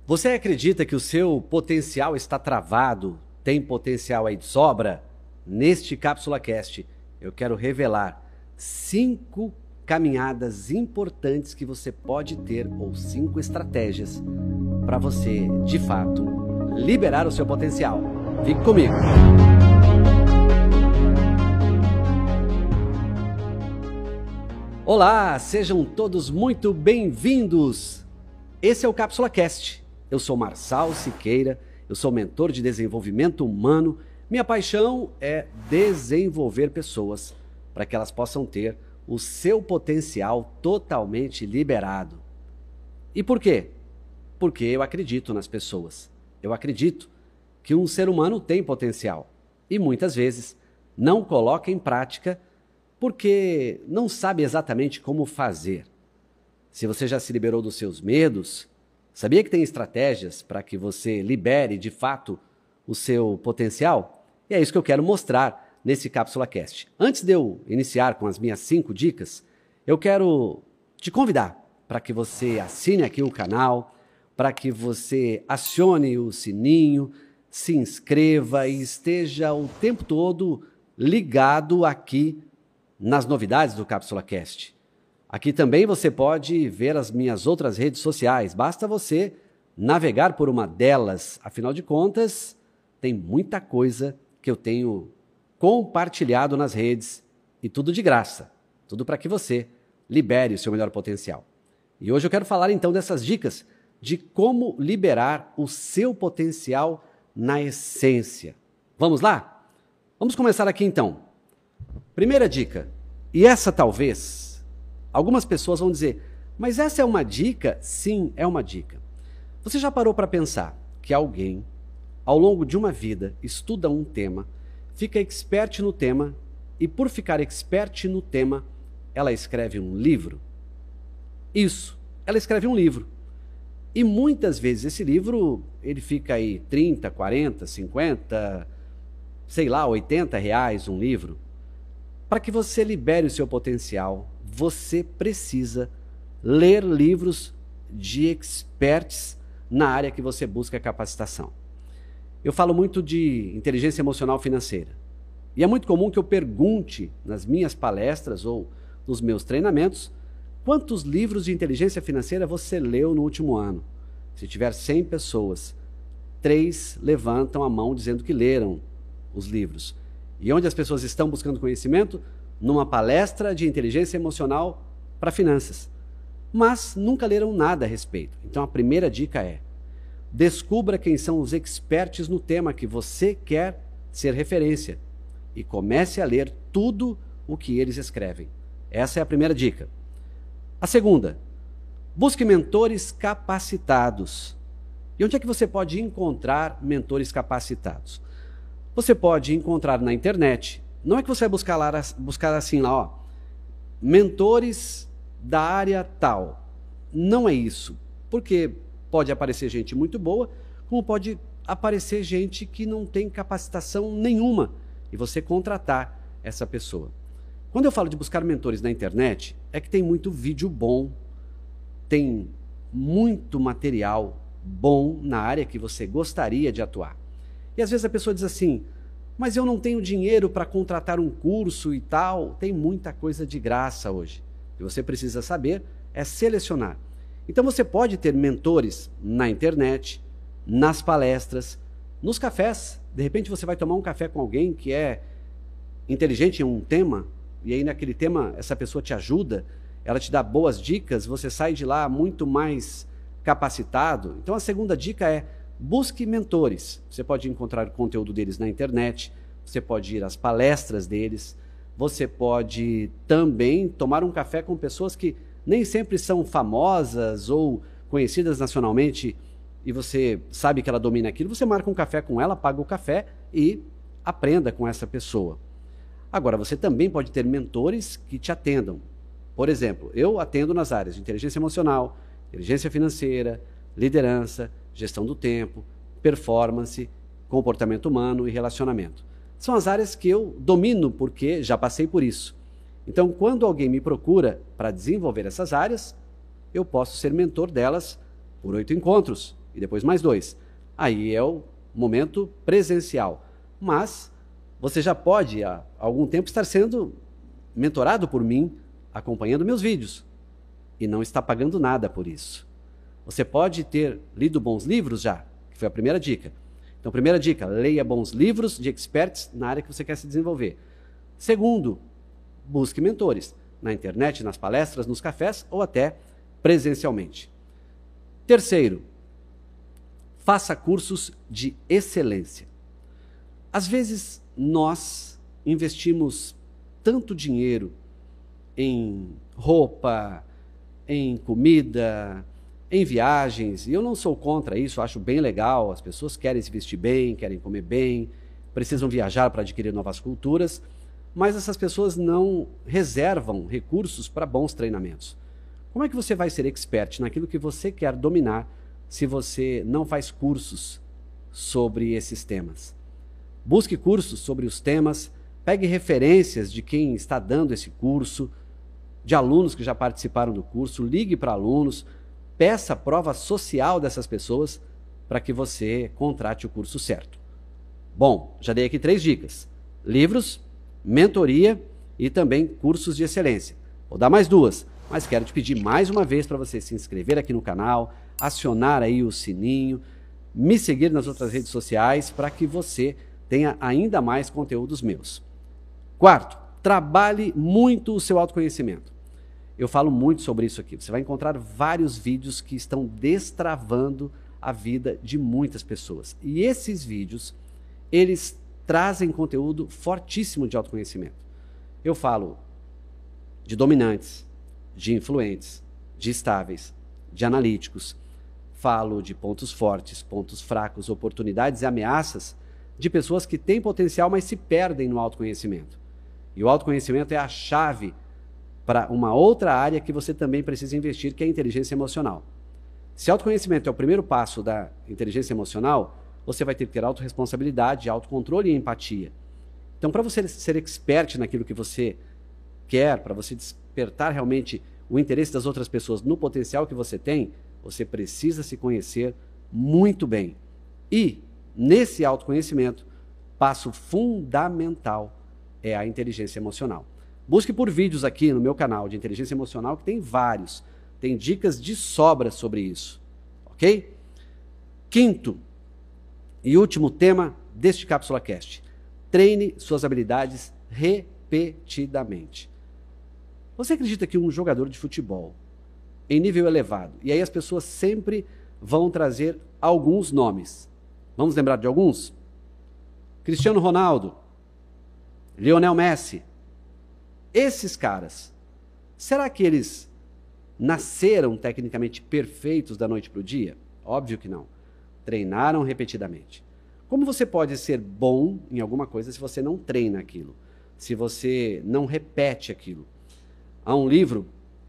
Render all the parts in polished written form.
Você acredita que o seu potencial está travado? Tem potencial aí de sobra? Neste Cápsula Cast, eu quero revelar 5 caminhadas importantes que você pode ter, ou 5 estratégias para você, de fato, liberar o seu potencial. Fique comigo! Olá, sejam todos muito bem-vindos! Esse é o Cápsula Cast. Eu sou Marçal Siqueira, eu sou mentor de desenvolvimento humano. Minha paixão é desenvolver pessoas para que elas possam ter o seu potencial totalmente liberado. E por quê? Porque eu acredito nas pessoas. Eu acredito que um ser humano tem potencial e muitas vezes não coloca em prática porque não sabe exatamente como fazer. Se você já se liberou dos seus medos, sabia que tem estratégias para que você libere de fato o seu potencial? E é isso que eu quero mostrar nesse Cápsula Cast. Antes de eu iniciar com as minhas 5 dicas, eu quero te convidar para que você assine aqui o canal, para que você acione o sininho, se inscreva e esteja o tempo todo ligado aqui nas novidades do Cápsula Cast. Aqui também você pode ver as minhas outras redes sociais. Basta você navegar por uma delas. Afinal de contas, tem muita coisa que eu tenho compartilhado nas redes e tudo de graça. Tudo para que você libere o seu melhor potencial. E hoje eu quero falar então dessas dicas de como liberar o seu potencial na essência. Vamos lá? Vamos começar aqui então. Primeira dica, e essa talvez algumas pessoas vão dizer, mas essa é uma dica? Sim, é uma dica. Você já parou para pensar que alguém, ao longo de uma vida, estuda um tema, fica expert no tema e por ficar expert no tema, ela escreve um livro? Isso, ela escreve um livro. E muitas vezes esse livro, ele fica aí 30, 40, 50, sei lá, 80 reais um livro. Para que você libere o seu potencial, você precisa ler livros de experts na área que você busca capacitação. Eu falo muito de inteligência emocional financeira. E é muito comum que eu pergunte nas minhas palestras ou nos meus treinamentos quantos livros de inteligência financeira você leu no último ano. Se tiver 100 pessoas, 3 levantam a mão dizendo que leram os livros. E onde as pessoas estão buscando conhecimento? Numa palestra de inteligência emocional para finanças. Mas nunca leram nada a respeito. Então a primeira dica é: descubra quem são os experts no tema que você quer ser referência e comece a ler tudo o que eles escrevem. Essa é a primeira dica. A segunda, busque mentores capacitados. E onde é que você pode encontrar mentores capacitados? Você pode encontrar na internet. Não é que você vai buscar assim lá, ó, mentores da área tal. Não é isso. Porque pode aparecer gente muito boa, como pode aparecer gente que não tem capacitação nenhuma e você contratar essa pessoa. Quando eu falo de buscar mentores na internet, é que tem muito vídeo bom, tem muito material bom na área que você gostaria de atuar. E às vezes a pessoa diz assim, mas eu não tenho dinheiro para contratar um curso e tal. Tem muita coisa de graça hoje. O que você precisa saber é selecionar. Então você pode ter mentores na internet, nas palestras, nos cafés. De repente você vai tomar um café com alguém que é inteligente em um tema, e aí naquele tema essa pessoa te ajuda, ela te dá boas dicas, você sai de lá muito mais capacitado. Então a segunda dica é: busque mentores. Você pode encontrar o conteúdo deles na internet, você pode ir às palestras deles, você pode também tomar um café com pessoas que nem sempre são famosas ou conhecidas nacionalmente e você sabe que ela domina aquilo, você marca um café com ela, paga o café e aprenda com essa pessoa. Agora, você também pode ter mentores que te atendam. Por exemplo, eu atendo nas áreas de inteligência emocional, inteligência financeira, liderança, gestão do tempo, performance, comportamento humano e relacionamento. São as áreas que eu domino porque já passei por isso. Então, quando alguém me procura para desenvolver essas áreas, eu posso ser mentor delas por 8 encontros, e depois mais 2. Aí é o momento presencial. Mas você já pode, há algum tempo, estar sendo mentorado por mim, acompanhando meus vídeos, e não está pagando nada por isso. Você pode ter lido bons livros já, que foi a primeira dica. Então, primeira dica, leia bons livros de experts na área que você quer se desenvolver. Segundo, busque mentores, na internet, nas palestras, nos cafés ou até presencialmente. Terceiro, faça cursos de excelência. Às vezes, nós investimos tanto dinheiro em roupa, em comida, em viagens, e eu não sou contra isso, acho bem legal, as pessoas querem se vestir bem, querem comer bem, precisam viajar para adquirir novas culturas, mas essas pessoas não reservam recursos para bons treinamentos. Como é que você vai ser expert naquilo que você quer dominar se você não faz cursos sobre esses temas? Busque cursos sobre os temas, pegue referências de quem está dando esse curso, de alunos que já participaram do curso, ligue para alunos, peça a prova social dessas pessoas para que você contrate o curso certo. Bom, já dei aqui 3 dicas. Livros, mentoria e também cursos de excelência. Vou dar mais 2, mas quero te pedir mais uma vez para você se inscrever aqui no canal, acionar aí o sininho, me seguir nas outras redes sociais para que você tenha ainda mais conteúdos meus. Quarto, trabalhe muito o seu autoconhecimento. Eu falo muito sobre isso aqui. Você vai encontrar vários vídeos que estão destravando a vida de muitas pessoas. E esses vídeos, eles trazem conteúdo fortíssimo de autoconhecimento. Eu falo de dominantes, de influentes, de estáveis, de analíticos. Falo de pontos fortes, pontos fracos, oportunidades e ameaças de pessoas que têm potencial, mas se perdem no autoconhecimento. E o autoconhecimento é a chave para uma outra área que você também precisa investir, que é a inteligência emocional. Se autoconhecimento é o primeiro passo da inteligência emocional, você vai ter que ter autorresponsabilidade, autocontrole e empatia. Então, para você ser expert naquilo que você quer, para você despertar realmente o interesse das outras pessoas no potencial que você tem, você precisa se conhecer muito bem. E, nesse autoconhecimento, passo fundamental é a inteligência emocional. Busque por vídeos aqui no meu canal de inteligência emocional, que tem vários. Tem dicas de sobra sobre isso. Ok? Quinto e último tema deste Cápsula Cast. Treine suas habilidades repetidamente. Você acredita que um jogador de futebol em nível elevado, e aí as pessoas sempre vão trazer alguns nomes. Vamos lembrar de alguns? Cristiano Ronaldo, Lionel Messi. Esses caras, será que eles nasceram tecnicamente perfeitos da noite para o dia? Óbvio que não. Treinaram repetidamente. Como você pode ser bom em alguma coisa se você não treina aquilo? Se você não repete aquilo? Há um livro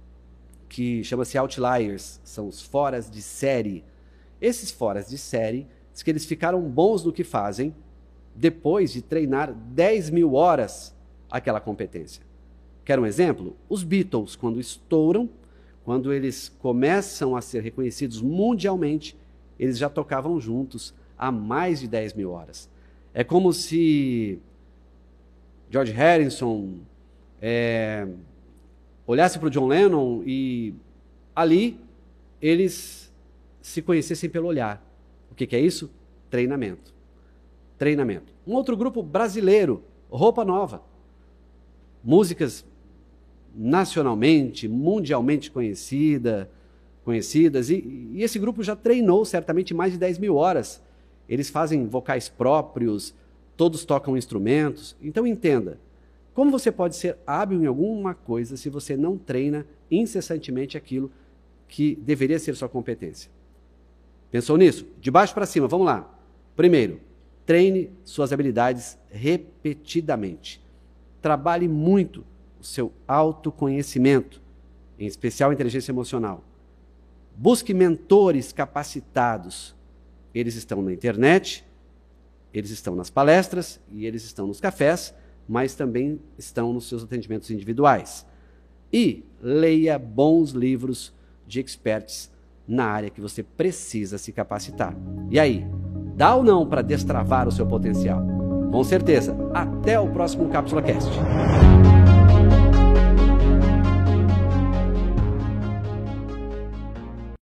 que chama-se Outliers, são os foras de série. Esses foras de série, diz que eles ficaram bons no que fazem depois de treinar 10.000 horas aquela competência. Quer um exemplo? Os Beatles, quando estouram, quando eles começam a ser reconhecidos mundialmente, eles já tocavam juntos há mais de 10.000 horas. É como se George Harrison olhasse para o John Lennon e ali eles se conhecessem pelo olhar. O que é isso? Treinamento. Treinamento. Um outro grupo brasileiro, Roupa Nova. Músicas nacionalmente, mundialmente conhecidas, e esse grupo já treinou certamente mais de 10.000 horas. Eles fazem vocais próprios, todos tocam instrumentos. Então entenda, como você pode ser hábil em alguma coisa se você não treina incessantemente aquilo que deveria ser sua competência? Pensou nisso? De baixo para cima, vamos lá. Primeiro, treine suas habilidades repetidamente. Trabalhe muito o seu autoconhecimento, em especial a inteligência emocional. Busque mentores capacitados. Eles estão na internet, eles estão nas palestras e eles estão nos cafés, mas também estão nos seus atendimentos individuais. E leia bons livros de experts na área que você precisa se capacitar. E aí, dá ou não para destravar o seu potencial? Com certeza. Até o próximo Cápsula Cast.